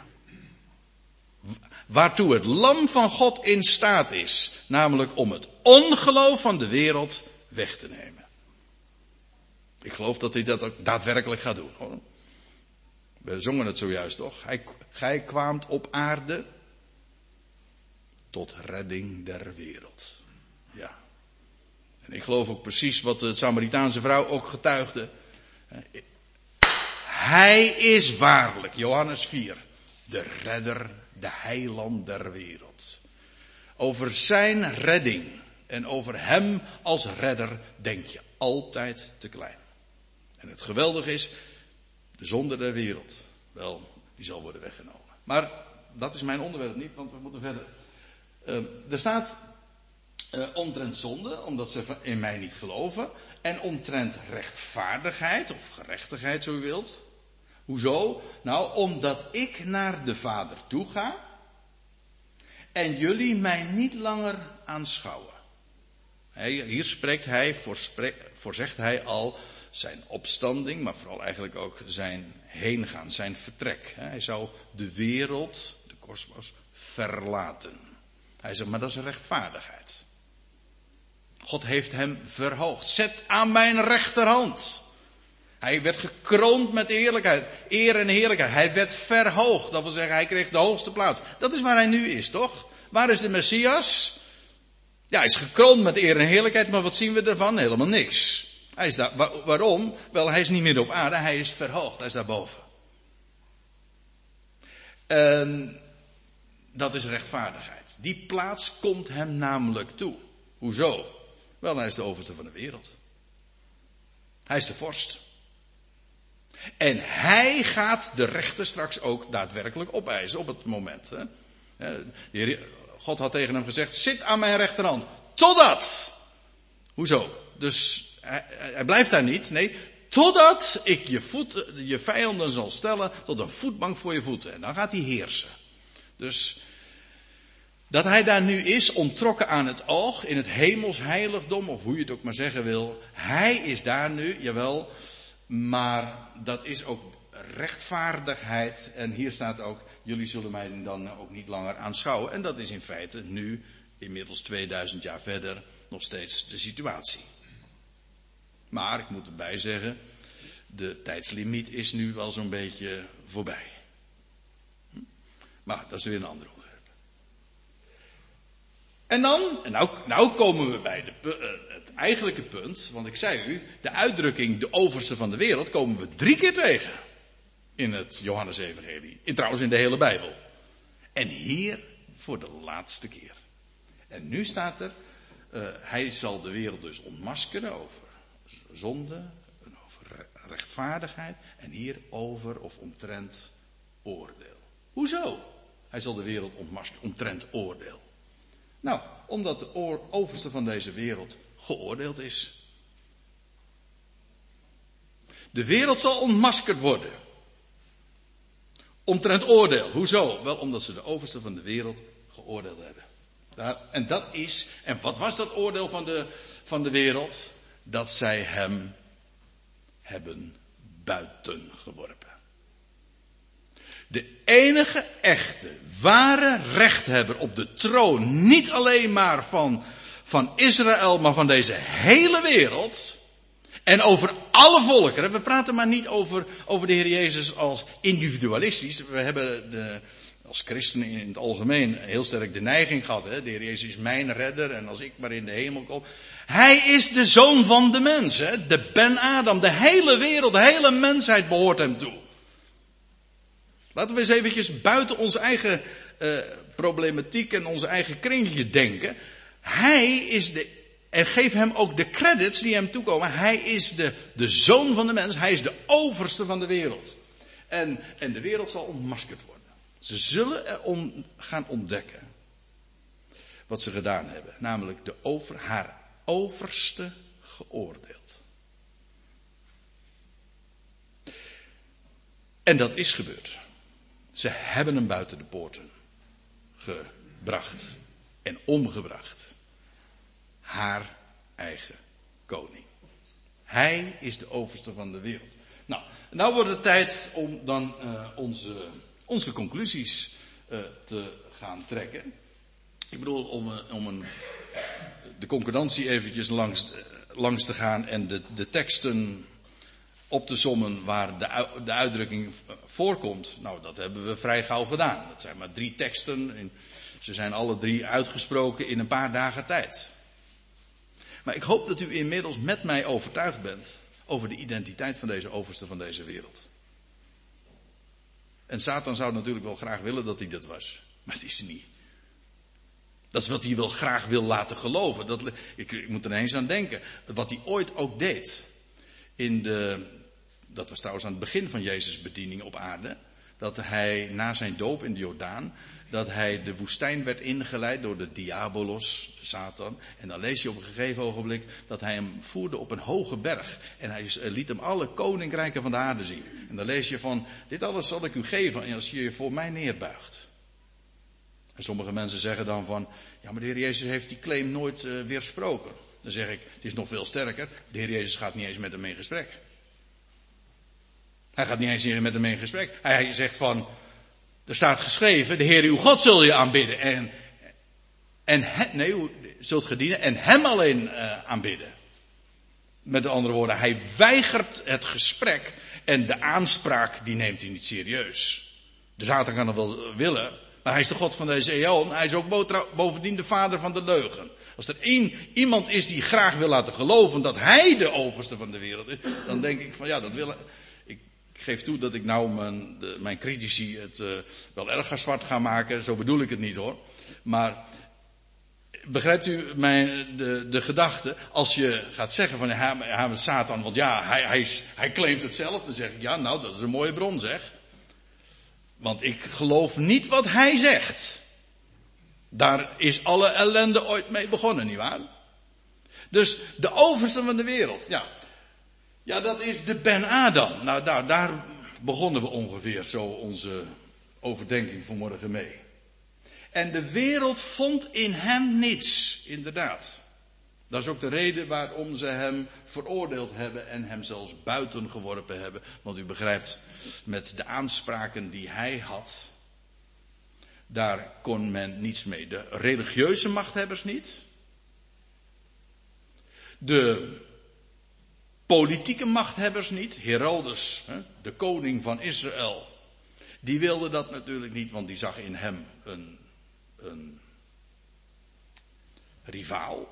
Waartoe het lam van God in staat is. Namelijk om het ongeloof van de wereld weg te nemen. Ik geloof dat hij dat ook daadwerkelijk gaat doen, hoor. We zongen het zojuist toch? Hij, gij kwaamt op aarde tot redding der wereld. Ja. En ik geloof ook precies wat de Samaritaanse vrouw ook getuigde. Hij is waarlijk, Johannes vier, de redder, de heiland der wereld. Over zijn redding en over hem als redder denk je altijd te klein. En het geweldige is, de zonde der wereld, wel, die zal worden weggenomen. Maar dat is mijn onderwerp niet, want we moeten verder. Uh, er staat uh, omtrent zonde, omdat ze in mij niet geloven. En omtrent rechtvaardigheid, of gerechtigheid zo u wilt. Hoezo? Nou, omdat ik naar de Vader toe ga. En jullie mij niet langer aanschouwen. Hier spreekt hij, voorzegt hij al zijn opstanding, maar vooral eigenlijk ook zijn heengaan, zijn vertrek. Hij zou de wereld, de kosmos, verlaten. Hij zegt, maar dat is rechtvaardigheid. God heeft hem verhoogd. Zet aan mijn rechterhand. Hij werd gekroond met heerlijkheid, eer en heerlijkheid. Hij werd verhoogd, dat wil zeggen, hij kreeg de hoogste plaats. Dat is waar hij nu is, toch? Waar is de Messias? Ja, hij is gekroond met eer en heerlijkheid, maar wat zien we ervan? Helemaal niks. Hij is daar, waar, waarom? Wel, hij is niet meer op aarde, hij is verhoogd, hij is daarboven. En dat is rechtvaardigheid. Die plaats komt hem namelijk toe. Hoezo? Wel, hij is de overste van de wereld. Hij is de vorst. En hij gaat de rechter straks ook daadwerkelijk opeisen op het moment. Hè? De Heer, God had tegen hem gezegd, zit aan mijn rechterhand. Totdat. Hoezo? Dus hij, hij blijft daar niet. Nee, totdat ik je, voet, je vijanden zal stellen tot een voetbank voor je voeten. En dan gaat hij heersen. Dus dat hij daar nu is, ontrokken aan het oog, in het hemels heiligdom, of hoe je het ook maar zeggen wil. Hij is daar nu, jawel, maar dat is ook rechtvaardigheid. En hier staat ook, jullie zullen mij dan ook niet langer aanschouwen. En dat is in feite nu, inmiddels tweeduizend jaar verder, nog steeds de situatie. Maar, ik moet erbij zeggen, de tijdslimiet is nu wel zo'n beetje voorbij. Maar dat is weer een ander onderwerp. En dan, en nou, nou komen we bij de, uh, het eigenlijke punt, want ik zei u, de uitdrukking de overste van de wereld komen we drie keer tegen in het Johannesevangelie. In, trouwens in de hele Bijbel. En hier voor de laatste keer. En nu staat er, uh, hij zal de wereld dus ontmaskeren over zonde, over rechtvaardigheid en hier over of omtrent oordeel. Hoezo? Hij zal de wereld ontmaskeren omtrent oordeel. Nou, omdat de overste van deze wereld geoordeeld is. De wereld zal ontmaskerd worden. Omtrent oordeel. Hoezo? Wel omdat ze de overste van de wereld geoordeeld hebben. En dat is, en wat was dat oordeel van de, van de wereld? Dat zij hem hebben buiten geworpen. De enige echte, ware rechthebber op de troon, niet alleen maar van, van Israël, maar van deze hele wereld. En over alle volkeren. We praten maar niet over, over de Heer Jezus als individualistisch. We hebben de, als christenen in het algemeen heel sterk de neiging gehad. Hè? De Heer Jezus is mijn redder en als ik maar in de hemel kom. Hij is de zoon van de mens. Hè? De Ben Adam. De hele wereld, de hele mensheid behoort hem toe. Laten we eens eventjes buiten onze eigen uh, problematiek en onze eigen kringetje denken. Hij is de, en geef hem ook de credits die hem toekomen. Hij is de, de zoon van de mens. Hij is de overste van de wereld. En, en de wereld zal ontmaskerd worden. Ze zullen er on, gaan ontdekken wat ze gedaan hebben. Namelijk de over, haar overste geoordeeld. En dat is gebeurd. Ze hebben hem buiten de poorten gebracht en omgebracht. Haar eigen koning. Hij is de overste van de wereld. Nou, nou wordt het tijd om dan uh, onze, onze conclusies uh, te gaan trekken. Ik bedoel, om, uh, om een, de concordantie eventjes langs, uh, langs te gaan en de, de teksten op te sommen waar de, de uitdrukking voorkomt. Nou, dat hebben we vrij gauw gedaan. Dat zijn maar drie teksten. En ze zijn alle drie uitgesproken in een paar dagen tijd. Maar ik hoop dat u inmiddels met mij overtuigd bent over de identiteit van deze overste van deze wereld. En Satan zou natuurlijk wel graag willen dat hij dat was. Maar het is hij niet. Dat is wat hij wel graag wil laten geloven. Dat, ik, ik moet er eens aan denken. Wat hij ooit ook deed. In de, dat was trouwens aan het begin van Jezus' bediening op aarde. Dat hij na zijn doop in de Jordaan. Dat hij de woestijn werd ingeleid door de diabolos, de Satan. En dan lees je op een gegeven ogenblik dat hij hem voerde op een hoge berg. En hij liet hem alle koninkrijken van de aarde zien. En dan lees je van, dit alles zal ik u geven en als je je voor mij neerbuigt. En sommige mensen zeggen dan van, ja maar de Heer Jezus heeft die claim nooit uh, weersproken. Dan zeg ik, het is nog veel sterker. De Heer Jezus gaat niet eens met hem in gesprek. Hij gaat niet eens met hem in gesprek. Hij zegt van, er staat geschreven, de Heer uw God zul je aanbidden. En, en he, nee, u zult gedienen en hem alleen uh, aanbidden. Met andere woorden, hij weigert het gesprek en de aanspraak, die neemt hij niet serieus. De Satan kan het wel willen, maar hij is de God van deze eeuw. Hij is ook bovendien de vader van de leugen. Als er één, iemand is die graag wil laten geloven dat hij de overste van de wereld is, dan denk ik van ja, dat wil ik. Ik geef toe dat ik nou mijn, de, mijn critici het uh, wel erg ga zwart ga maken. Zo bedoel ik het niet hoor. Maar begrijpt u mijn, de, de gedachte? Als je gaat zeggen van ja, ja Satan, want ja, hij, hij, is, hij claimt het zelf. Dan zeg ik ja, nou dat is een mooie bron zeg. Want ik geloof niet wat hij zegt. Daar is alle ellende ooit mee begonnen, nietwaar? Dus de overste van de wereld, ja. Ja, dat is de Ben Adam. Nou, daar, daar begonnen we ongeveer zo onze overdenking vanmorgen mee. En de wereld vond in hem niets, inderdaad. Dat is ook de reden waarom ze hem veroordeeld hebben en hem zelfs buiten geworpen hebben. Want u begrijpt, met de aanspraken die hij had, daar kon men niets mee. De religieuze machthebbers niet. De politieke machthebbers niet. Herodes, de koning van Israël, die wilde dat natuurlijk niet, want die zag in hem een, een rivaal.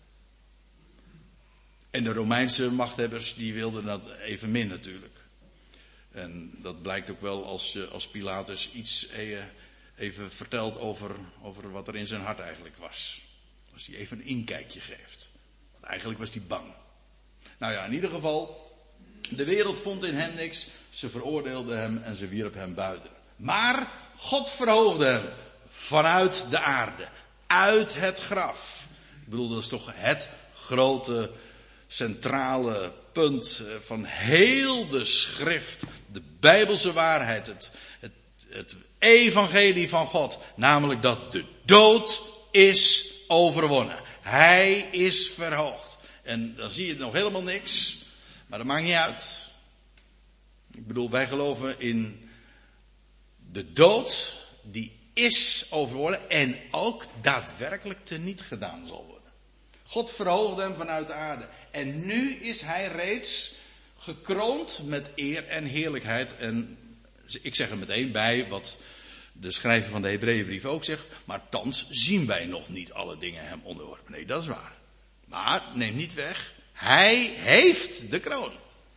En de Romeinse machthebbers, die wilden dat evenmin natuurlijk. En dat blijkt ook wel als, als Pilatus iets even vertelt over, over wat er in zijn hart eigenlijk was. Als hij even een inkijkje geeft. Want eigenlijk was hij bang. Nou ja, in ieder geval, de wereld vond in hem niks. Ze veroordeelden hem en ze wierp hem buiten. Maar God verhoogde hem vanuit de aarde. Uit het graf. Ik bedoel, dat is toch het grote centrale punt van heel de schrift. De Bijbelse waarheid. Het, het, het evangelie van God. Namelijk dat de dood is overwonnen. Hij is verhoogd. En dan zie je nog helemaal niks. Maar dat maakt niet uit. Ik bedoel, wij geloven in de dood. Die is overwonnen. En ook daadwerkelijk teniet gedaan zal worden. God verhoogde hem vanuit de aarde. En nu is hij reeds gekroond met eer en heerlijkheid. En ik zeg er meteen bij wat de schrijver van de Hebreeënbrief ook zegt. Maar thans zien wij nog niet alle dingen hem onderworpen. Nee, dat is waar. Maar neem niet weg. Hij heeft de kroon.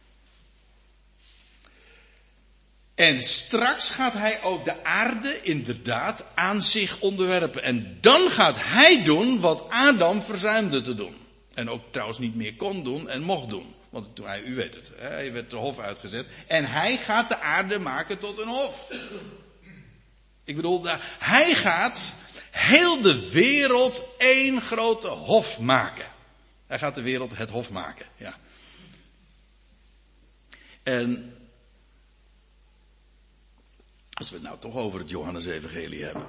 En straks gaat hij ook de aarde inderdaad aan zich onderwerpen. En dan gaat hij doen wat Adam verzuimde te doen. En ook trouwens niet meer kon doen en mocht doen. Want toen hij, u weet het, hij werd de hof uitgezet. En hij gaat de aarde maken tot een hof. Ik bedoel, hij gaat heel de wereld één grote hof maken. Hij gaat de wereld het hof maken, ja. En als we het nou toch over het Johannesevangelie hebben.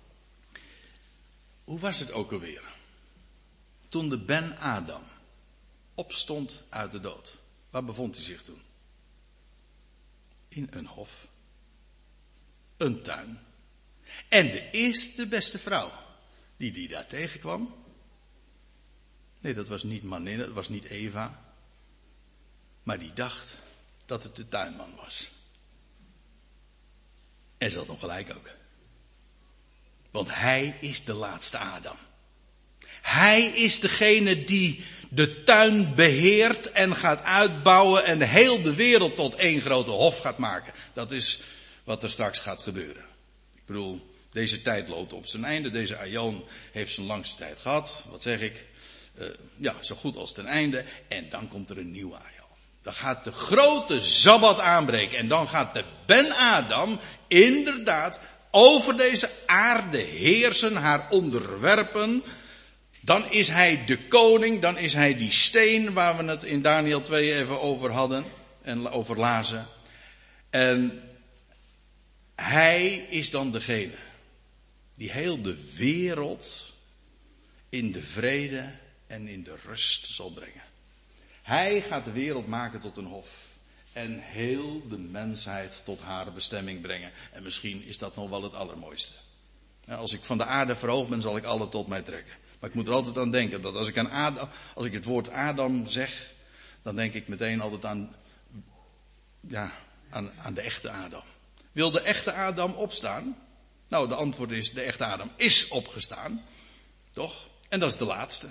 Hoe was het ook alweer? Toen de Ben Adam opstond uit de dood. Waar bevond hij zich toen? In een hof. Een tuin. En de eerste beste vrouw die die daar tegenkwam. Nee, dat was niet Maninne, dat was niet Eva. Maar die dacht dat het de tuinman was. En ze had nog gelijk ook. Want hij is de laatste Adam. Hij is degene die de tuin beheert en gaat uitbouwen en heel de wereld tot één grote hof gaat maken. Dat is wat er straks gaat gebeuren. Ik bedoel, deze tijd loopt op zijn einde. Deze aion heeft zijn langste tijd gehad. Wat zeg ik? Uh, ja, zo goed als ten einde. En dan komt er een nieuwe aion. Dan gaat de grote Sabbat aanbreken. En dan gaat de Ben Adam inderdaad over deze aarde heersen, haar onderwerpen. Dan is hij de koning, dan is hij die steen waar we het in Daniel twee even over hadden en over lazen. En hij is dan degene die heel de wereld in de vrede en in de rust zal brengen. Hij gaat de wereld maken tot een hof. En heel de mensheid tot haar bestemming brengen. En misschien is dat nog wel het allermooiste. Als ik van de aarde verhoogd ben, zal ik alle tot mij trekken. Maar ik moet er altijd aan denken dat als ik aan Adam, als ik het woord Adam zeg, dan denk ik meteen altijd aan, ja, aan, aan de echte Adam. Wil de echte Adam opstaan? Nou, de antwoord is, de echte Adam is opgestaan. Toch? En dat is de laatste.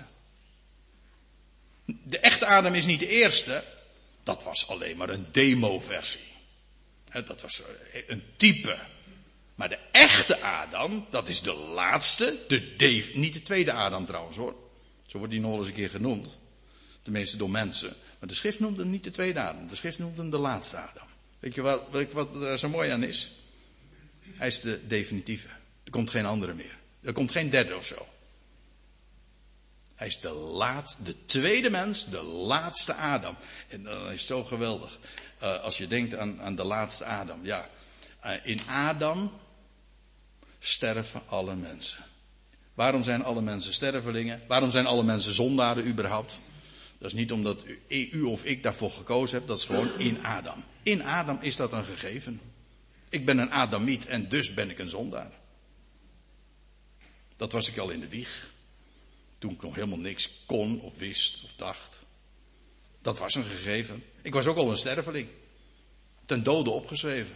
De echte Adam is niet de eerste. Dat was alleen maar een demo-versie. Dat was een type. Maar de echte Adam, dat is de laatste. De de, niet de tweede Adam trouwens hoor. Zo wordt hij nog wel eens een keer genoemd. Tenminste door mensen. Maar de schrift noemt hem niet de tweede Adam. De schrift noemt hem de laatste Adam. Weet je wat, weet je wat er zo mooi aan is? Hij is de definitieve. Er komt geen andere meer. Er komt geen derde of zo. Hij is de laatste, de tweede mens, de laatste Adam. En dat is zo geweldig. Uh, als je denkt aan, aan de laatste Adam. Ja, uh, in Adam sterven alle mensen. Waarom zijn alle mensen stervelingen? Waarom zijn alle mensen zondaren überhaupt? Dat is niet omdat u, u of ik daarvoor gekozen heb. Dat is gewoon in Adam. In Adam is dat een gegeven. Ik ben een Adamiet en dus ben ik een zondaar. Dat was ik al in de wieg. Toen ik nog helemaal niks kon of wist of dacht. Dat was een gegeven. Ik was ook al een sterveling. Ten dode opgeschreven.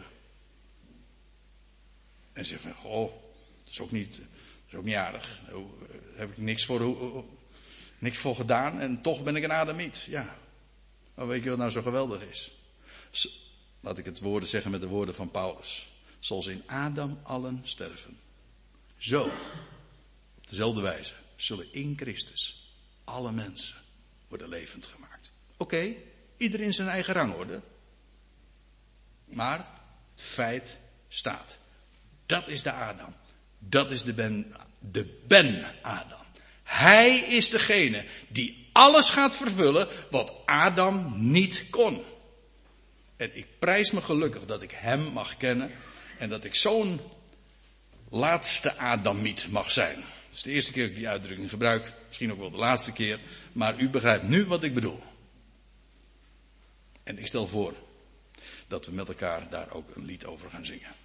En zeg van, goh, dat is ook niet, dat is ook niet aardig. Daar heb ik niks voor, niks voor gedaan en toch ben ik een Adamiet. Ja. Maar weet je wat nou zo geweldig is? Laat ik het woorden zeggen met de woorden van Paulus. Zoals in Adam allen sterven. Zo, op dezelfde wijze, zullen in Christus alle mensen worden levend gemaakt. Oké, okay, ieder in zijn eigen rangorde. Maar het feit staat. Dat is de Adam. Dat is de Ben, de Ben-Adam. Hij is degene die alles gaat vervullen wat Adam niet kon. En ik prijs me gelukkig dat ik hem mag kennen. En dat ik zo'n laatste Adamiet mag zijn. Het is de eerste keer dat ik die uitdrukking gebruik. Misschien ook wel de laatste keer. Maar u begrijpt nu wat ik bedoel. En ik stel voor dat we met elkaar daar ook een lied over gaan zingen.